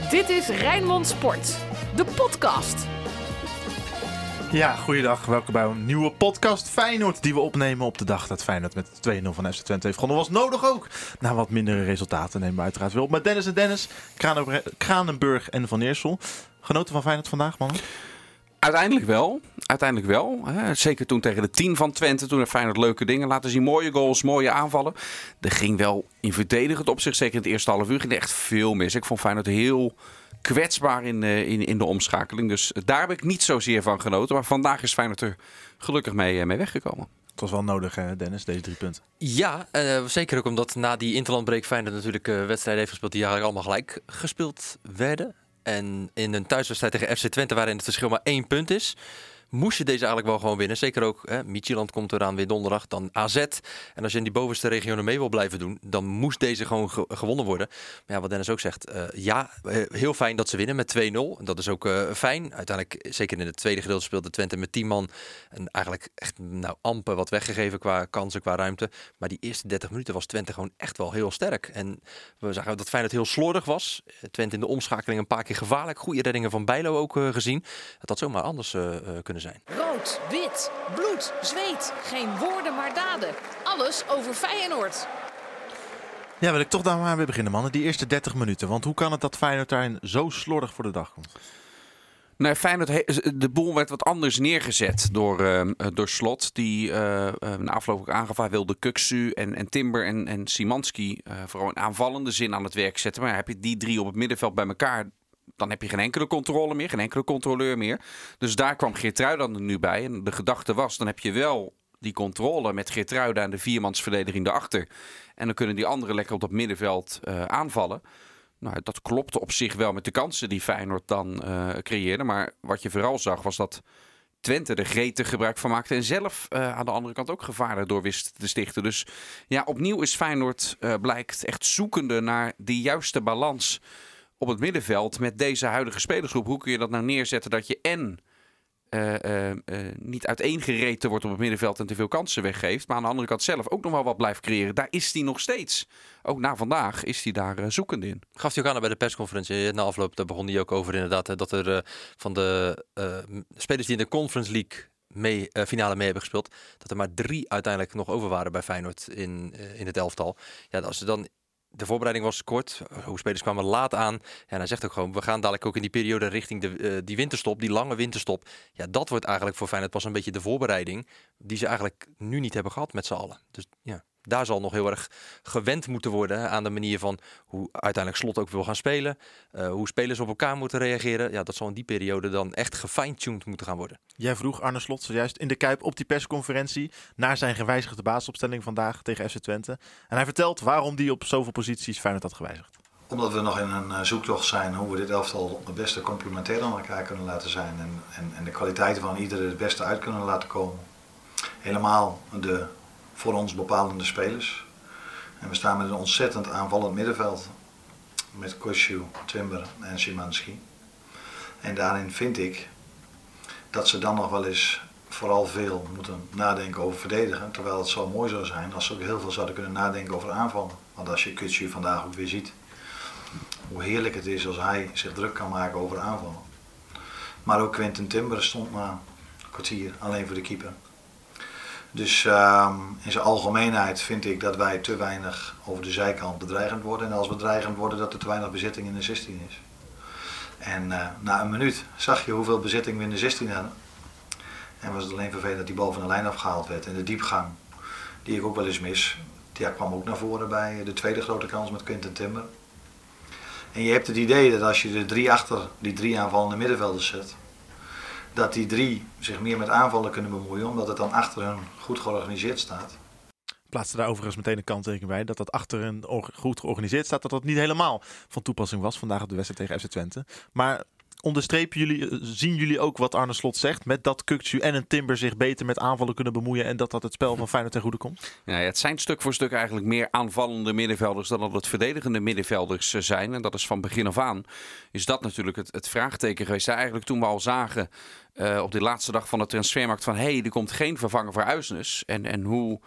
Dit is Rijnmond Sport, de podcast. Ja, goeiedag. Welkom bij een nieuwe podcast Feyenoord die we opnemen op de dag dat Feyenoord met 2-0 van FC Twente heeft gewonnen. Was nodig ook. Na wat mindere resultaten nemen we uiteraard weer op met Dennis, Kranenburg en Van Eersel. Genoten van Feyenoord vandaag, mannen? Uiteindelijk wel. Zeker toen tegen de 10 van Twente. Toen heeft Feyenoord leuke dingen laten zien. Mooie goals, mooie aanvallen. Er ging wel in verdedigend opzicht. Zeker in het eerste half uur ging er echt veel mis. Ik vond Feyenoord heel kwetsbaar in de omschakeling. Dus daar heb ik niet zozeer van genoten. Maar vandaag is Feyenoord er gelukkig mee weggekomen. Het was wel nodig, Dennis, deze 3 punten. Ja, zeker ook omdat na die interlandbreek Feyenoord natuurlijk wedstrijden heeft gespeeld die eigenlijk allemaal gelijk gespeeld werden. En in een thuiswedstrijd tegen FC Twente, waarin het verschil maar 1 punt is, moest je deze eigenlijk wel gewoon winnen. Zeker ook, Midtjylland komt eraan weer donderdag, dan AZ. En als je in die bovenste regionen mee wil blijven doen, dan moest deze gewoon gewonnen worden. Maar ja, wat Dennis ook zegt, heel fijn dat ze winnen met 2-0. En dat is ook fijn. Uiteindelijk, zeker in het tweede gedeelte speelde Twente met 10 man. En eigenlijk echt amper wat weggegeven qua kansen, qua ruimte. Maar die eerste 30 minuten was Twente gewoon echt wel heel sterk. En we zagen dat Feyenoord heel slordig was. Twente in de omschakeling een paar keer gevaarlijk. Goede reddingen van Bijlo ook gezien. Dat had zomaar anders kunnen zijn. Rood, wit, bloed, zweet. Geen woorden maar daden. Alles over Feyenoord. Ja, wil ik toch daar maar weer beginnen, mannen. Die eerste 30 minuten. Want hoe kan het dat Feyenoord daarin zo slordig voor de dag komt? Nee, Feyenoord, de boel werd wat anders neergezet door Slot. Die na afloop ook aangaf, hij wilde Kuksu en Timber en Szymanski vooral in aanvallende zin aan het werk zetten. Maar heb je die 3 op het middenveld bij elkaar, dan heb je geen enkele controle meer, geen enkele controleur meer. Dus daar kwam Geertruida er nu bij. En de gedachte was, dan heb je wel die controle met Geertruida en de 4-mansverdediging erachter. En dan kunnen die anderen lekker op dat middenveld aanvallen. Nou, dat klopte op zich wel met de kansen die Feyenoord dan creëerde. Maar wat je vooral zag was dat Twente er gretig gebruik van maakte. En zelf aan de andere kant ook gevaar door wist te stichten. Dus ja, opnieuw is Feyenoord blijkt echt zoekende naar die juiste balans op het middenveld met deze huidige spelersgroep. Hoe kun je dat nou neerzetten dat je niet uiteengereten wordt op het middenveld en te veel kansen weggeeft, maar aan de andere kant zelf ook nog wel wat blijft creëren. Daar is hij nog steeds. Ook na vandaag is hij daar zoekend in. Gaf hij ook aan bij de persconferentie na afloop, daar begon hij ook over inderdaad, dat er van de spelers die in de Conference League finale mee hebben gespeeld, dat er maar 3 uiteindelijk nog over waren bij Feyenoord in het elftal. Ja, als ze dan de voorbereiding was kort. Hoe spelers kwamen laat aan. En hij zegt ook gewoon, we gaan dadelijk ook in die periode richting die winterstop, die lange winterstop. Ja, dat wordt eigenlijk voor Feyenoord pas een beetje de voorbereiding die ze eigenlijk nu niet hebben gehad met z'n allen. Dus ja, daar zal nog heel erg gewend moeten worden aan de manier van hoe uiteindelijk Slot ook wil gaan spelen. Hoe spelers op elkaar moeten reageren. Ja, dat zal in die periode dan echt gefine-tuned moeten gaan worden. Jij vroeg Arne Slot zojuist in de Kuip op die persconferentie naar zijn gewijzigde basisopstelling vandaag tegen FC Twente. En hij vertelt waarom die op zoveel posities Feyenoord had gewijzigd. Omdat we nog in een zoektocht zijn hoe we dit elftal het beste complementair aan elkaar kunnen laten zijn. En de kwaliteiten van ieder het beste uit kunnen laten komen. Helemaal de voor ons bepalende spelers. En we staan met een ontzettend aanvallend middenveld. Met Kuksu, Timber en Szymanski. En daarin vind ik dat ze dan nog wel eens vooral veel moeten nadenken over verdedigen. Terwijl het zo mooi zou zijn als ze ook heel veel zouden kunnen nadenken over aanvallen. Want als je Kuksu vandaag ook weer ziet, hoe heerlijk het is als hij zich druk kan maken over aanvallen. Maar ook Quinten Timber stond maar een kwartier alleen voor de keeper. Dus in zijn algemeenheid vind ik dat wij te weinig over de zijkant bedreigend worden. En als we bedreigend worden, dat er te weinig bezetting in de 16 is. En na een minuut zag je hoeveel bezetting we in de 16 hadden. En was het alleen vervelend dat die bal van de lijn afgehaald werd. En de diepgang, die ik ook wel eens mis, die kwam ook naar voren bij de tweede grote kans met Quinten Timber. En je hebt het idee dat als je de 3 achter die 3 aanvallende middenvelders zet, dat die 3 zich meer met aanvallen kunnen bemoeien, omdat het dan achter hun goed georganiseerd staat. Plaatste daar overigens meteen een kanttekening bij dat achter hen goed georganiseerd staat, dat niet helemaal van toepassing was vandaag op de wedstrijd tegen FC Twente. Maar onderstrepen jullie, zien jullie ook wat Arne Slot zegt, met dat Kuksu en een Timber zich beter met aanvallen kunnen bemoeien en dat het spel van Feyenoord ten goede komt? Ja, het zijn stuk voor stuk eigenlijk meer aanvallende middenvelders dan dat het verdedigende middenvelders zijn. En dat is van begin af aan. Is dat natuurlijk het vraagteken geweest. Eigenlijk toen we al zagen op die laatste dag van de transfermarkt van er komt geen vervanger voor Uisnes. En hoe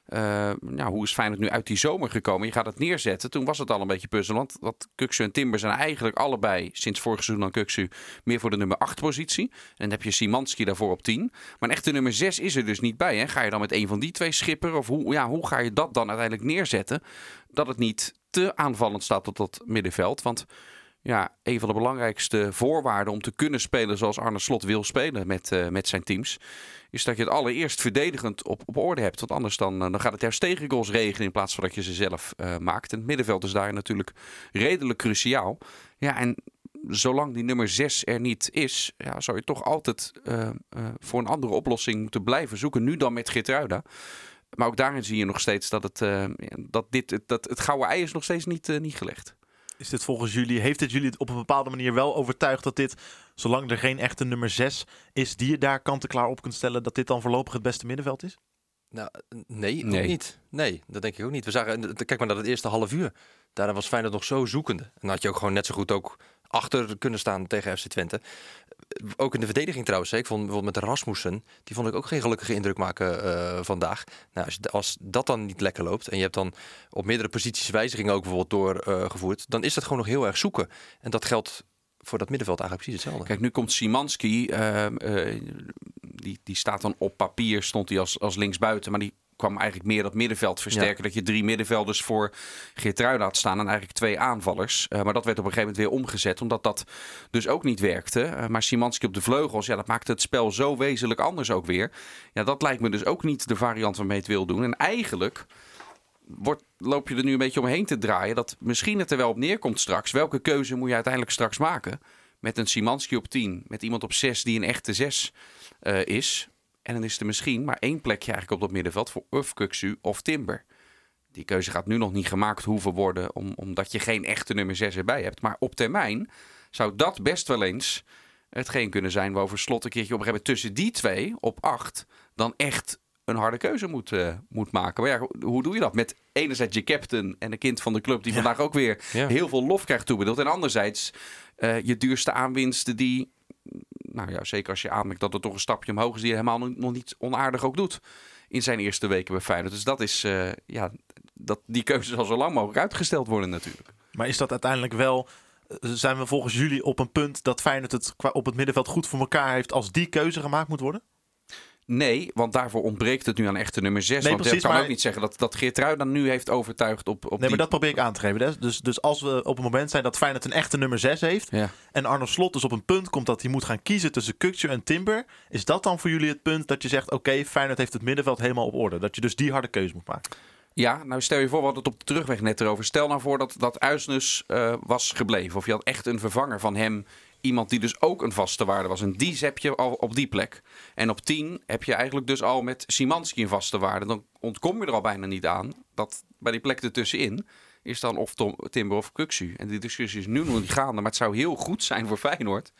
Hoe is Feyenoord nu uit die zomer gekomen? Je gaat het neerzetten. Toen was het al een beetje puzzelend. Want Kukçu en Timber zijn eigenlijk allebei sinds vorig seizoen aan Kukçu meer voor de nummer 8 positie. En dan heb je Szymanski daarvoor op 10. Maar een echte nummer 6 is er dus niet bij. Hè? Ga je dan met een van die twee schipperen? Of hoe ga je dat dan uiteindelijk neerzetten? Dat het niet te aanvallend staat tot dat middenveld. Want een van de belangrijkste voorwaarden om te kunnen spelen zoals Arne Slot wil spelen met zijn teams, is dat je het allereerst verdedigend op orde hebt. Want anders dan gaat het juist tegengoals regenen in plaats van dat je ze zelf maakt. En het middenveld is daar natuurlijk redelijk cruciaal. Ja, en zolang die nummer 6 er niet is, zou je toch altijd voor een andere oplossing moeten blijven zoeken. Nu dan met Geertruida. Maar ook daarin zie je nog steeds dat het gouden ei is nog steeds niet gelegd. Is dit volgens jullie, heeft dit jullie op een bepaalde manier wel overtuigd dat dit, zolang er geen echte nummer 6 is die je daar kant-en-klaar op kunt stellen, dat dit dan voorlopig het beste middenveld is? Nou, nee. Ook niet. Nee, dat denk ik ook niet. We zagen, kijk maar naar het eerste half uur. Daarna was Feyenoord nog zo zoekende. En dan had je ook gewoon net zo goed ook achter kunnen staan tegen FC Twente. Ook in de verdediging trouwens. Ik vond bijvoorbeeld met Rasmussen, die vond ik ook geen gelukkige indruk maken vandaag. Nou, als dat dan niet lekker loopt en je hebt dan op meerdere posities wijzigingen ook bijvoorbeeld doorgevoerd, dan is dat gewoon nog heel erg zoeken. En dat geldt voor dat middenveld eigenlijk precies hetzelfde. Kijk, nu komt Szymanski. Die staat dan op papier, stond hij als linksbuiten, maar die kwam eigenlijk meer dat middenveld versterken. Ja. Dat je 3 middenvelders voor Geertruida had staan en eigenlijk 2 aanvallers. Maar dat werd op een gegeven moment weer omgezet, omdat dat dus ook niet werkte. Maar Szymanski op de vleugels, dat maakte het spel zo wezenlijk anders ook weer. Ja, dat lijkt me dus ook niet de variant waarmee het wil doen. En eigenlijk loop je er nu een beetje omheen te draaien, dat misschien het er wel op neerkomt straks. Welke keuze moet je uiteindelijk straks maken? Met een Szymanski op 10, met iemand op 6 die een echte 6 is. En dan is er misschien maar 1 plekje eigenlijk op dat middenveld voor of Kukçu of Timber. Die keuze gaat nu nog niet gemaakt hoeven worden, omdat je geen echte nummer 6 erbij hebt. Maar op termijn zou dat best wel eens hetgeen kunnen zijn waarover Slot een keertje op een gegeven moment tussen die 2 op 8 dan echt een harde keuze moet maken. Maar hoe doe je dat? Met enerzijds je captain en een kind van de club die vandaag ook weer heel veel lof krijgt toebedeeld. En anderzijds je duurste aanwinsten die, zeker als je aanmerkt dat het toch een stapje omhoog is, die je helemaal nog niet onaardig ook doet in zijn eerste weken bij Feyenoord. Dus dat is, die keuze zal zo lang mogelijk uitgesteld worden natuurlijk. Maar is dat uiteindelijk wel, zijn we volgens jullie op een punt dat Feyenoord het op het middenveld goed voor elkaar heeft als die keuze gemaakt moet worden? Nee, want daarvoor ontbreekt het nu aan echte nummer 6. Nee, want precies, je kan ook niet zeggen dat Geertruida nu heeft overtuigd op maar dat probeer ik aan te geven. Dus als we op een moment zijn dat Feyenoord een echte nummer 6 heeft, en Arne Slot dus op een punt komt dat hij moet gaan kiezen tussen Kukçu en Timber, is dat dan voor jullie het punt dat je zegt, oké, Feyenoord heeft het middenveld helemaal op orde. Dat je dus die harde keuze moet maken. Ja, nou stel je voor, we hadden het op de terugweg net erover. Stel nou voor dat Uisnes was gebleven. Of je had echt een vervanger van hem. Iemand die dus ook een vaste waarde was. En die heb je al op die plek. En op 10 heb je eigenlijk dus al met Szymanski een vaste waarde. Dan ontkom je er al bijna niet aan. Dat bij die plek ertussenin is dan of Timber of Kukçu. En die discussie is nu nog niet gaande. Maar het zou heel goed zijn voor Feyenoord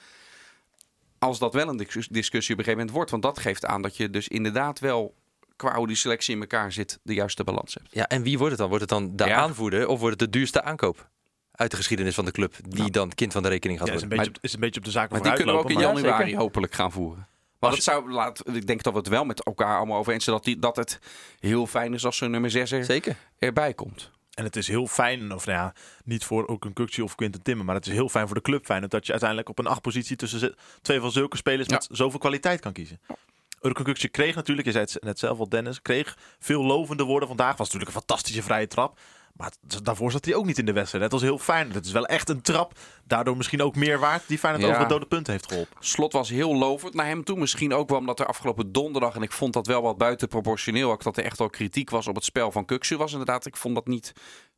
als dat wel een discussie op een gegeven moment wordt. Want dat geeft aan dat je dus inderdaad wel, qua hoe die selectie in elkaar zit, de juiste balans hebt. Ja, en wie wordt het dan? Wordt het dan de aanvoerder of wordt het de duurste aankoop uit de geschiedenis van de club die dan het kind van de rekening gaat worden? Is een beetje op de zaak. Maar die kunnen we ook in januari hopelijk gaan voeren. Maar ik denk dat we het wel met elkaar allemaal over eens zijn dat het heel fijn is als zo'n nummer 6 erbij komt. En het is heel fijn, of niet voor ook een Kukçu of Quinten Timber, maar het is heel fijn voor de club Feyenoord dat je uiteindelijk op een 8 positie tussen 2 van zulke spelers met zoveel kwaliteit kan kiezen. Urkan Kukçu kreeg natuurlijk, je zei het net zelf al Dennis, kreeg veel lovende woorden vandaag. Was natuurlijk een fantastische vrije trap. Maar daarvoor zat hij ook niet in de wedstrijd. Het was heel fijn. Het is wel echt een trap. Daardoor misschien ook meer waard die Feyenoord over het dode punt heeft geholpen. Slot was heel lovend naar hem toe. Misschien ook wel omdat er afgelopen donderdag, en ik vond dat wel wat buitenproportioneel, ook dat er echt al kritiek was op het spel van Kukçu. Was inderdaad, ik vond dat niet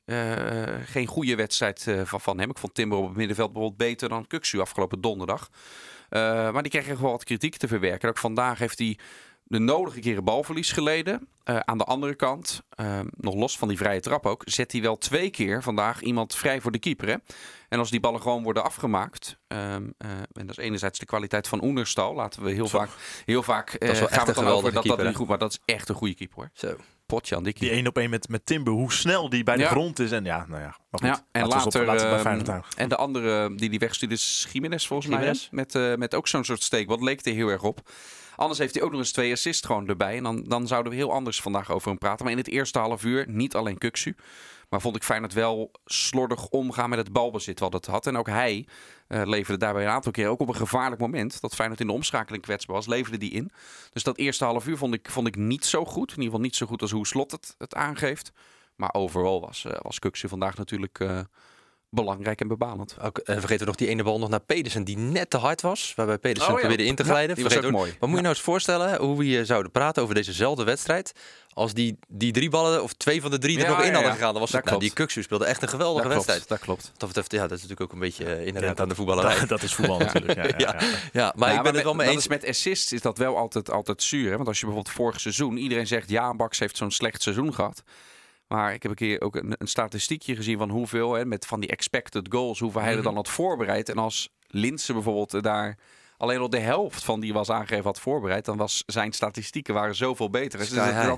geen goede wedstrijd van hem. Ik vond Timber op het middenveld bijvoorbeeld beter dan Kukçu afgelopen donderdag. Maar die kreeg echt wel wat kritiek te verwerken. Ook vandaag heeft hij de nodige keren balverlies geleden. Aan de andere kant, nog los van die vrije trap ook, zet hij wel 2 keer vandaag iemand vrij voor de keeper. Hè? En als die ballen gewoon worden afgemaakt, en dat is enerzijds de kwaliteit van Oenerstal, laten we heel vaak gaan we het dan over dat niet goed, maar dat is echt een goede keeper hoor. Zo. Potjan Dikkie. Die 1-op-1 met Timber, hoe snel die bij de grond is. En maar goed. Ja, en laten we bij Feyenoord later houden. en de andere die wegstuurde is Gimenez volgens mij. Met ook zo'n soort steek. Wat leek er heel erg op. Anders heeft hij ook nog eens 2 assists gewoon erbij. En dan zouden we heel anders vandaag over hem praten. Maar in het eerste half uur, niet alleen Kukçu. Maar vond ik Feyenoord wel slordig omgaan met het balbezit wat het had. En ook hij leverde daarbij een aantal keer, ook op een gevaarlijk moment, dat Feyenoord in de omschakeling kwetsbaar was, leverde die in. Dus dat eerste half uur vond ik niet zo goed. In ieder geval niet zo goed als hoe Slot het aangeeft. Maar overal was Kukçu vandaag natuurlijk belangrijk en bepalend. Ook, vergeten we nog die ene bal nog naar Pedersen die net te hard was. Waarbij Pedersen probeerde in te glijden. Die was ook mooi. Maar moet je nou eens voorstellen hoe we hier zouden praten over dezezelfde wedstrijd. Als die 3 ballen of 2 van de 3 er nog in hadden gegaan. Dan was het, die Kukçu speelde echt een geweldige wedstrijd. Dat klopt. Dat betreft, dat is natuurlijk ook een beetje inherent aan de voetballerij. Dat is voetbal natuurlijk. Maar ik ben het wel mee eens. Met assists is dat wel altijd zuur. Hè? Want als je bijvoorbeeld vorig seizoen, iedereen zegt ja, Baks heeft zo'n slecht seizoen gehad. Maar ik heb een keer ook een statistiekje gezien van hoeveel, met van die expected goals, hoeveel hij er dan had voorbereid. En als Linssen bijvoorbeeld daar alleen al de helft van die was aangegeven had voorbereid, dan was zijn statistieken waren zoveel beter. Dus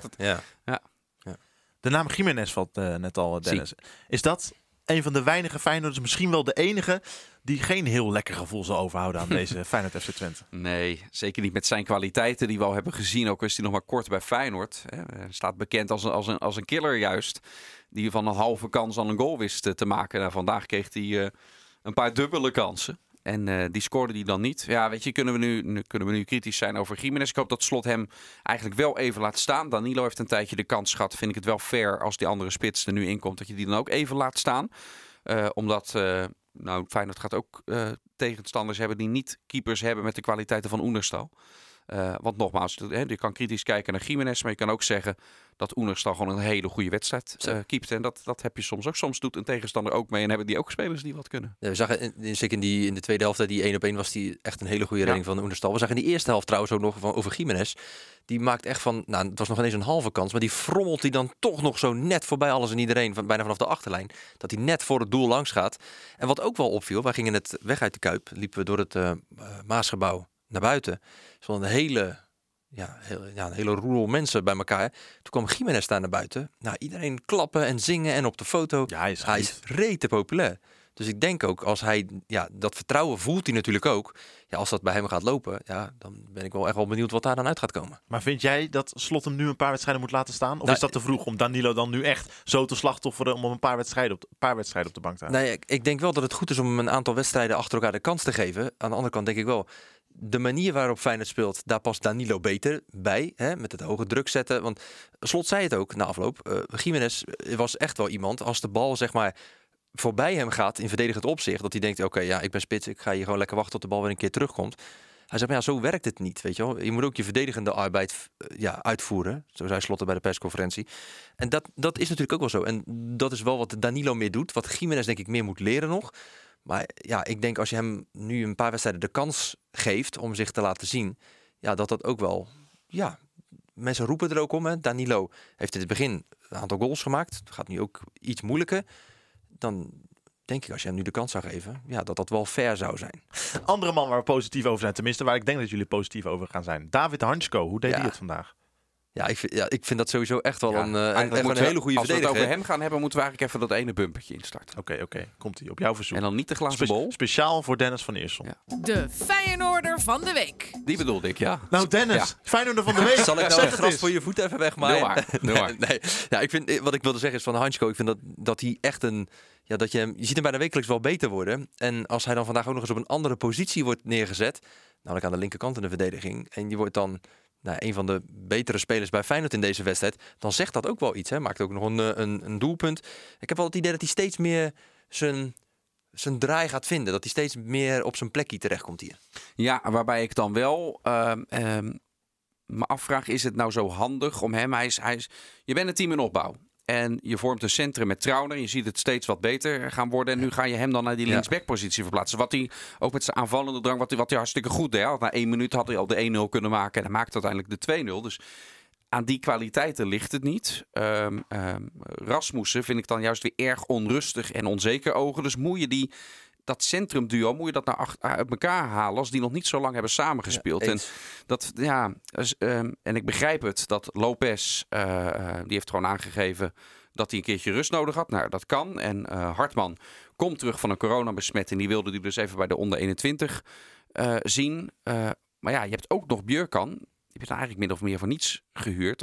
de naam Gimenez valt net al, Dennis. Is dat een van de weinige Feyenoorders, misschien wel de enige, die geen heel lekker gevoel zal overhouden aan deze Feyenoord FC Twente? Nee, zeker niet met zijn kwaliteiten die we al hebben gezien. Ook is hij nog maar kort bij Feyenoord. Hij staat bekend als een killer juist. Die van een halve kans al een goal wist te maken. Nou, vandaag kreeg hij een paar dubbele kansen. En die scoorde hij dan niet. Ja, weet je, kunnen we nu kritisch zijn over Gimenez. Ik hoop dat Slot hem eigenlijk wel even laat staan. Danilo heeft een tijdje de kans gehad. Vind ik het wel fair als die andere spits er nu in komt, dat je die dan ook even laat staan. Omdat Feyenoord gaat ook tegenstanders hebben die niet keepers hebben met de kwaliteiten van Oenerstal. Want nogmaals, je kan kritisch kijken naar Gimenez, maar je kan ook zeggen dat Oenerstal gewoon een hele goede wedstrijd keept. En dat heb je soms ook. Soms doet een tegenstander ook mee en hebben die ook spelers die wat kunnen. Ja, we zagen zeker in de tweede helft, die 1-op-1 was die echt een hele goede redding van Oenerstal. We zagen in die eerste helft trouwens ook nog over Gimenez. Die maakt echt van, het was nog ineens een halve kans, maar die frommelt hij dan toch nog zo net voorbij alles en iedereen, bijna vanaf de achterlijn. Dat hij net voor het doel langs gaat. En wat ook wel opviel, wij gingen net weg uit de Kuip, liepen we door het Maasgebouw naar buiten. Er stond een hele roedel mensen bij elkaar. Toen kwam Gimenez daar naar buiten. Nou, iedereen klappen en zingen en op de foto. Ja, hij is rete populair. Dus ik denk ook, als hij, dat vertrouwen voelt hij natuurlijk ook. Ja, als dat bij hem gaat lopen, dan ben ik wel echt wel benieuwd wat daar dan uit gaat komen. Maar vind jij dat Slot hem nu een paar wedstrijden moet laten staan? Of is dat te vroeg om Danilo dan nu echt zo te slachtofferen om een paar wedstrijden op de bank te houden? Nee, ik denk wel dat het goed is om hem een aantal wedstrijden achter elkaar de kans te geven. Aan de andere kant denk ik wel, de manier waarop Feyenoord speelt, daar past Danilo beter bij. Met het hoge druk zetten. Want Slot zei het ook na afloop. Gimenez was echt wel iemand, als de bal zeg maar voorbij hem gaat in verdedigend opzicht, dat hij denkt, oké, ik ben spits, ik ga hier gewoon lekker wachten tot de bal weer een keer terugkomt. Hij zegt, maar zo werkt het niet, weet je wel. Je moet ook je verdedigende arbeid uitvoeren, zo zei Slot bij de persconferentie. En dat is natuurlijk ook wel zo. En dat is wel wat Danilo meer doet, wat Gimenez denk ik meer moet leren nog. Maar ik denk als je hem nu een paar wedstrijden de kans geeft om zich te laten zien, dat ook wel, mensen roepen er ook om. Hè. Danilo heeft in het begin een aantal goals gemaakt, gaat nu ook iets moeilijker. Dan denk ik, als je hem nu de kans zou geven, dat wel fair zou zijn. Andere man waar we positief over zijn, tenminste waar ik denk dat jullie positief over gaan zijn. David Hansko, hoe deed hij het vandaag? Ja, ik vind dat sowieso echt wel een hele goede verdediger. Als we het over hem gaan hebben, moeten we eigenlijk even dat ene bumpertje instarten. Oké. Komt-ie op jouw verzoek. En dan niet de glazen bol. Speciaal voor Dennis van Eersel. Ja. De Feyenoorder van de week. Die bedoelde ik, ja. Nou Dennis, Feyenoorder van de week. Zal ik nou het gras voor je voeten even wegmaaien? Doe maar. Nee. Ja, ik vind, wat ik wilde zeggen is van Hansko, ik vind dat hij echt een... je ziet hem bijna wekelijks wel beter worden. En als hij dan vandaag ook nog eens op een andere positie wordt neergezet, namelijk aan de linkerkant in de verdediging, en je wordt dan een van de betere spelers bij Feyenoord in deze wedstrijd, dan zegt dat ook wel iets. Hè? Maakt ook nog een doelpunt. Ik heb wel het idee dat hij steeds meer zijn draai gaat vinden. Dat hij steeds meer op zijn plekje terechtkomt hier. Ja, waarbij ik dan wel me afvraag, is het nou zo handig om hem? Je bent een team in opbouw. En je vormt een centrum met Trauner. Je ziet het steeds wat beter gaan worden. En nu ga je hem dan naar die linksbackpositie verplaatsen. Wat hij ook met zijn aanvallende drang, wat hij hartstikke goed deed. Na 1 minuut had hij al de 1-0 kunnen maken. En hij maakte uiteindelijk de 2-0. Dus aan die kwaliteiten ligt het niet. Rasmussen vind ik dan juist weer erg onrustig en onzeker ogen. Dus moet je dat centrumduo moet je dat nou uit elkaar halen als die nog niet zo lang hebben samengespeeld. Ja, En dat, ja, en ik begrijp het dat Lopez, die heeft gewoon aangegeven dat hij een keertje rust nodig had. Nou, dat kan. En Hartman komt terug van een coronabesmetting. Die wilde hij dus even bij de onder 21 zien. Maar ja, je hebt ook nog Björkan. Je bent eigenlijk min of meer voor niets gehuurd.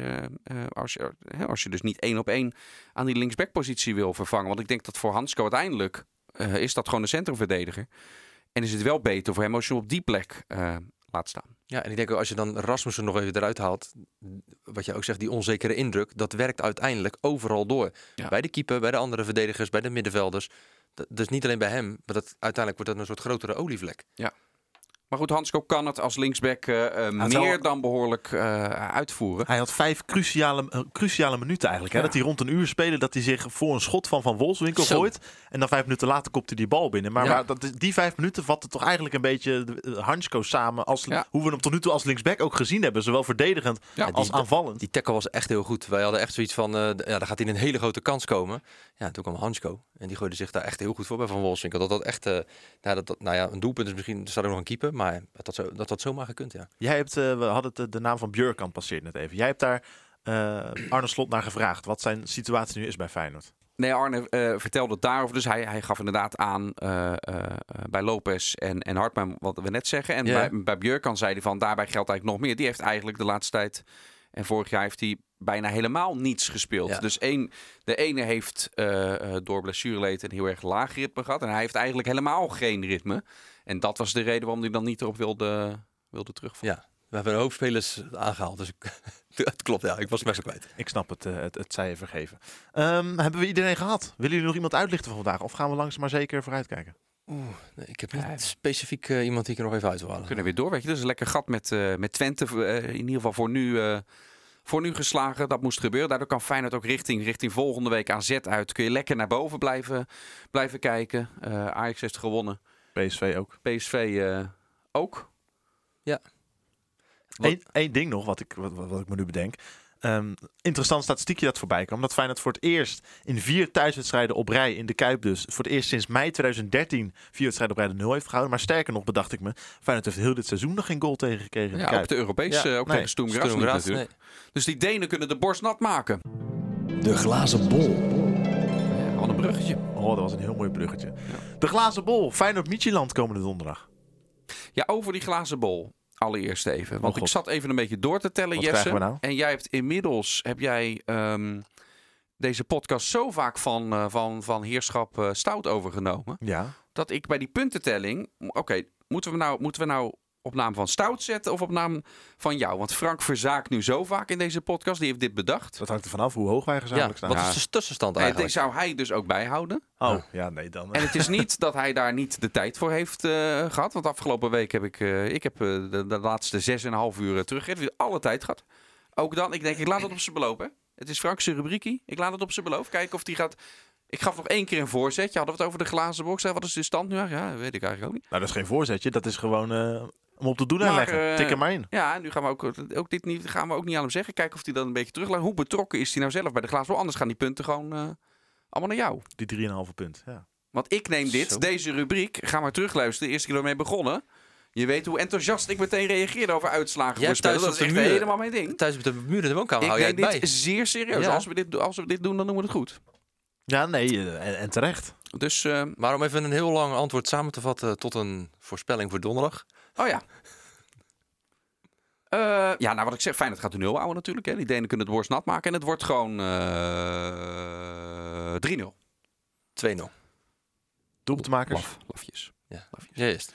Als je dus niet 1 op 1 aan die linksbackpositie wil vervangen. Want ik denk dat voor Hansko uiteindelijk is dat gewoon een centrumverdediger. En is het wel beter voor hem als je hem op die plek laat staan. Ja, en ik denk ook als je dan Rasmussen nog even eruit haalt, wat je ook zegt, die onzekere indruk, dat werkt uiteindelijk overal door. Ja. Bij de keeper, bij de andere verdedigers, bij de middenvelders. Dus niet alleen bij hem, maar uiteindelijk wordt dat een soort grotere olievlek. Ja. Maar goed, Hansko kan het als linksback meer dan behoorlijk uitvoeren. Hij had 5 cruciale minuten eigenlijk. Hè? Ja. Dat hij rond een uur spelen, dat hij zich voor een schot van Wolfswinkel Zo. gooit. En dan 5 minuten later kopt hij die bal binnen. Maar, Ja. die 5 minuten vatten toch eigenlijk een beetje Hansko samen. Hoe we hem tot nu toe als linksback ook gezien hebben. Zowel verdedigend Ja, als aanvallend. Die tackle was echt heel goed. Wij hadden echt zoiets van, daar gaat hij een hele grote kans komen. Ja, toen kwam Hansko. En die gooide zich daar echt heel goed voor bij Van Wolfswinkel. Dat echt, een doelpunt is misschien, er staat ook nog een keeper. Maar dat had zomaar gekund, ja. Jij hebt, we hadden de naam van Björkan passeerd net even. Jij hebt daar Arne Slot naar gevraagd. Wat zijn situatie nu is bij Feyenoord. Nee, Arne vertelde het daarover. Dus hij gaf inderdaad aan bij Lopez en Hartman wat we net zeggen. En Ja. bij Björkan zei hij van daarbij geldt eigenlijk nog meer. Die heeft eigenlijk de laatste tijd en vorig jaar heeft hij bijna helemaal niets gespeeld. Ja. Dus de ene heeft door blessureleed een heel erg laag ritme gehad. En hij heeft eigenlijk helemaal geen ritme. En dat was de reden waarom hij dan niet erop wilde terugvallen. Ja, we hebben een hoop spelers aangehaald. Dus het klopt, ja. Ik was het best kwijt. Ik snap het zij je vergeven. Hebben we iedereen gehad? Willen jullie nog iemand uitlichten van vandaag? Of gaan we langzaam maar zeker vooruitkijken? Nee, ik heb niet specifiek iemand die ik er nog even uit wil halen. We kunnen weer door, weet je. Dus een lekker gat met Twente. In ieder geval voor nu geslagen. Dat moest gebeuren. Daardoor kan Feyenoord ook richting volgende week AZ uit. Kun je lekker naar boven blijven kijken. Ajax heeft gewonnen. PSV ook. PSV ook. Ja. Eén ding nog, wat ik me nu bedenk. Interessant statistiekje dat voorbij kwam. Dat Feyenoord voor het eerst in 4 thuiswedstrijden op rij in de Kuip dus. Voor het eerst sinds mei 2013 4 wedstrijden op rij de 0 heeft gehouden. Maar sterker nog, bedacht ik me. Feyenoord heeft heel dit seizoen nog geen goal tegengekregen in de Ja, Kuip. ook de Europese. Ja, ook nee. tegen Sturm Graz niet natuurlijk. Nee. Dus die Denen kunnen de borst nat maken. De glazen bol. Ja, wat een bruggetje. Oh, dat was een heel mooi bruggetje. De glazen bol. Feyenoord-Midtjylland komende donderdag. Ja, over die glazen bol. Allereerst even. Want God. ik zat even een beetje door te tellen, Wat Jesse. krijgen we nou? En jij hebt inmiddels deze podcast zo vaak van heerschap Stout overgenomen. Ja. Dat ik bij die puntentelling... Oké, moeten we nou op naam van Stout zetten of op naam van jou? Want Frank verzaakt nu zo vaak in deze podcast. Die heeft dit bedacht. Dat hangt er vanaf hoe hoog wij gezamenlijk Ja, staan. wat is de tussenstand En eigenlijk? die zou hij dus ook bijhouden. Oh, ja, nee dan. En het is niet dat hij daar niet de tijd voor heeft gehad. Want afgelopen week heb ik de laatste 6,5 uur teruggegeven. Alle tijd gehad. Ook dan, ik laat het op zijn beloop. Hè. Het is Frank's rubriekie. Ik laat het op zijn beloop. Kijken of die gaat... Ik gaf nog 1 keer een voorzetje. Hadden we het over de glazen box. Wat is de stand nu? Ja, dat weet ik eigenlijk ook niet. Nou, dat is geen voorzetje. Dat is gewoon om op de doelen Maar, leggen. Tik er maar in. Ja, nu gaan we ook dit niet, gaan we ook niet aan hem zeggen. Kijken of hij dan een beetje teruglaat. Hoe betrokken is hij nou zelf bij de glazen bol? Anders gaan die punten gewoon allemaal naar jou. Die 3,5 punt. Ja. Want ik neem deze rubriek. Ga maar terugluisteren. De eerste keer dat we mee begonnen. Je weet hoe enthousiast ik meteen reageerde over uitslagen Jij voor spelen. thuis Dat is op echt de muur. helemaal mijn ding. Thuis op de muur in de woonkamer Ik hou jij neem het dit bij. zeer serieus. Ja. Als we dit doen, dan noemen we het goed. Ja, nee. En terecht. Dus, Maar om even een heel lang antwoord samen te vatten tot een voorspelling voor donderdag. oh ja. Ja, nou wat ik zeg, Feyenoord gaat de 0 houden natuurlijk. Hè. Die Denen kunnen de borst nat maken. En het wordt gewoon 3-0. 2-0. Doelpuntenmakers. Lafjes. Ja. Lafjes. Juist.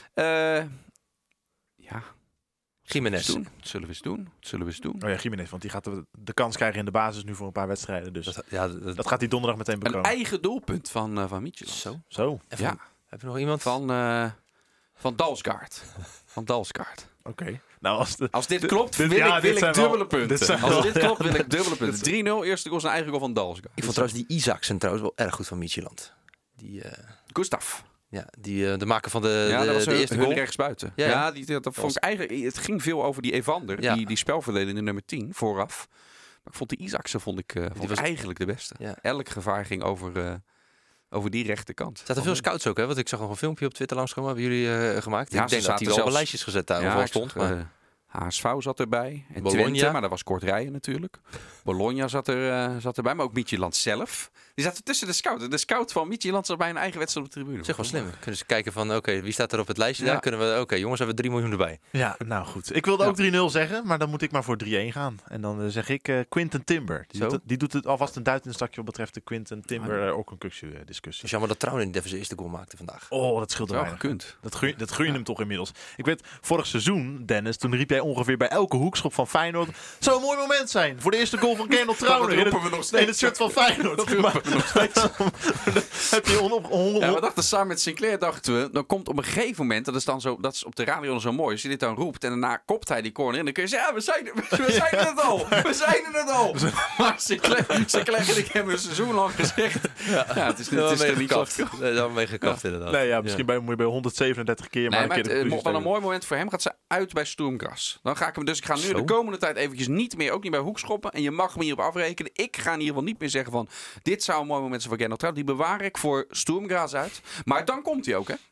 Ja, Jiménez. zullen we eens doen. Oh ja, Gimenez. Want die gaat de kans krijgen in de basis nu voor een paar wedstrijden. Dus dat gaat hij donderdag meteen Een bekronen. eigen doelpunt van Midtjylland. Zo. Zo, Ja, Heb je nog iemand? van Dalsgaard. Van Dalsgaard. oké. Nou, Als dit klopt, dit- wil ja, ik dit zijn wel- dubbele dit punten. zijn Als wel- dit klopt, wil ik dubbele punten. 3-0, eerste goal is een eigen goal van Dalsgaard. Ik vond trouwens die Isaacsen trouwens wel erg goed van Midtjylland. Gustav. De maker van de Dat was de eerste hun goal. rechtsbuiten. Ja, Ja, ja. dat vond ik eigenlijk... Het ging veel over die Evander, Ja. die spelverdeler in de nummer 10, vooraf. Maar ik vond die Isaacsen vond ik was- eigenlijk de beste. Ja. Elk gevaar ging over over die rechterkant. Er zaten veel scouts ook, hè? Want ik zag nog een filmpje op Twitter langskomen. Hebben jullie gemaakt? Ja, ik denk dat die wel op lijstjes gezet daar overal stond. Maar... HSV zat erbij. En Bologna. Twente, maar dat was kort rijden natuurlijk. Bologna zat erbij, maar ook Midtjylland zelf. Die zaten tussen de scout. De scout van Midtjylland zat bij een eigen wedstrijd op de tribune. Zeg wel slim. Kunnen ze kijken van, wie staat er op het lijstje Ja. daar? Kunnen we, jongens, hebben we 3 miljoen erbij. Ja, nou goed. Ik wilde ook 3-0 zeggen, maar dan moet ik maar voor 3-1 gaan. En dan zeg ik Quinten Timber. Die doet het alvast een duit in een stakje wat betreft de Quinten Timber ook een discussie. Het is jammer dat Trouwen niet even zijn eerste goal maakte vandaag. Oh, dat scheelt er Wel weinig. gekund. Dat gun je hem toch inmiddels. Ik weet, vorig seizoen, Dennis, toen riep jij ongeveer bij elke hoekschop van Feyenoord... Het zou een mooi moment zijn voor de eerste goal van Gernot Trauner in het shirt van Feyenoord. Dat roepen we nog steeds. Heb je Ja, we dachten samen met Sinclair, dachten we, dan komt op een gegeven moment, dat is dan zo, dat is op de radio dan zo mooi, als je dit dan roept en daarna kopt hij die corner in, dan kun je zeggen, ja, we zijn er het al. We zijn er het al. Maar Sinclair en ik hebben een seizoen lang gezegd, het is er niet gekapt. Daar hebben we mee gekapt inderdaad. Nee, ja, misschien moet je bij 137 keer maar Nee, een maar keer de het wel een mooi moment voor hem gaat ze uit bij Sturmgras. Dan ga ik hem ik ga nu de komende tijd eventjes niet meer, ook niet bij hoekschoppen. En je mag me hierop afrekenen. Ik ga in ieder geval niet meer zeggen van, dit zou een mooi moment zijn voor Gernot Trauner. Die bewaar ik voor Sturmgras uit. Maar dan komt hij ook, hè?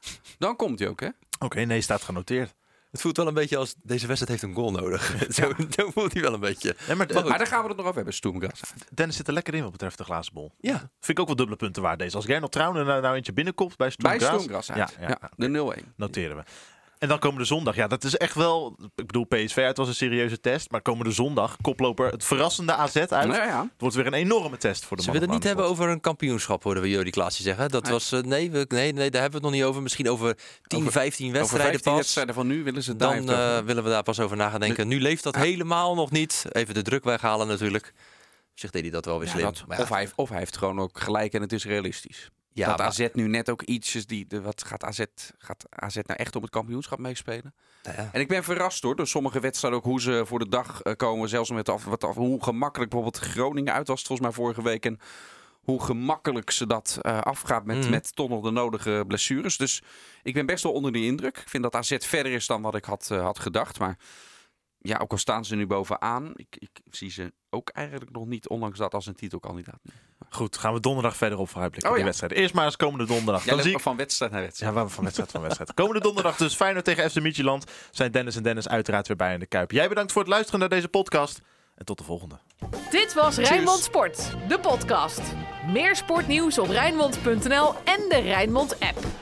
Oké, nee, staat genoteerd. Het voelt wel een beetje als, deze wedstrijd heeft een goal nodig. Zo voelt hij wel een beetje. Nee, maar daar gaan we het nog over hebben, Sturmgras. Dennis zit er lekker in wat betreft de glazen bol. Ja. Vind ik ook wel dubbele punten waard deze. Als Gernot Trauner nou eentje binnenkomt bij Sturmgras. uit. Ja, de 0-1. Noteren we. En dan komende zondag, ja, dat is echt wel... Ik bedoel, PSV uit was een serieuze test. Maar komende zondag, koploper het verrassende AZ uit. Het wordt weer een enorme test voor de Ze willen het niet hebben over een kampioenschap, hoorden we Jody Klaasje zeggen. Dat was, nee, daar hebben we het nog niet over. Misschien over 10, 15 wedstrijden over 15 pas. wedstrijden van nu willen ze Dan willen we daar pas over na gaan denken. Nu leeft dat helemaal nog niet. Even de druk weghalen natuurlijk. Op zich deed hij dat wel weer slim. Of hij heeft gewoon ook gelijk en het is realistisch. Ja, dat AZ nu net ook ietsjes gaat AZ nou echt om het kampioenschap meespelen? Ja. En ik ben verrast door sommige wedstrijden ook hoe ze voor de dag komen. Zelfs met hoe gemakkelijk bijvoorbeeld Groningen uit was volgens mij vorige week. En hoe gemakkelijk ze dat afgaat met toch nog de nodige blessures. Dus ik ben best wel onder de indruk. Ik vind dat AZ verder is dan wat ik had gedacht. Maar ja, ook al staan ze nu bovenaan. Ik zie ze ook eigenlijk nog niet, ondanks dat, als een titelkandidaat. Goed, gaan we donderdag verder op vooruitblikken op die wedstrijd. Eerst maar eens komende donderdag. Ja, dan zie ik van wedstrijd naar wedstrijd. Ja, van wedstrijd. Komende donderdag dus Feyenoord tegen FC Midtjylland. Zijn Dennis en Dennis uiteraard weer bij in de Kuip. Jij bedankt voor het luisteren naar deze podcast. En tot de volgende. Dit was Rijnmond Sport, de podcast. Meer sportnieuws op Rijnmond.nl en de Rijnmond app.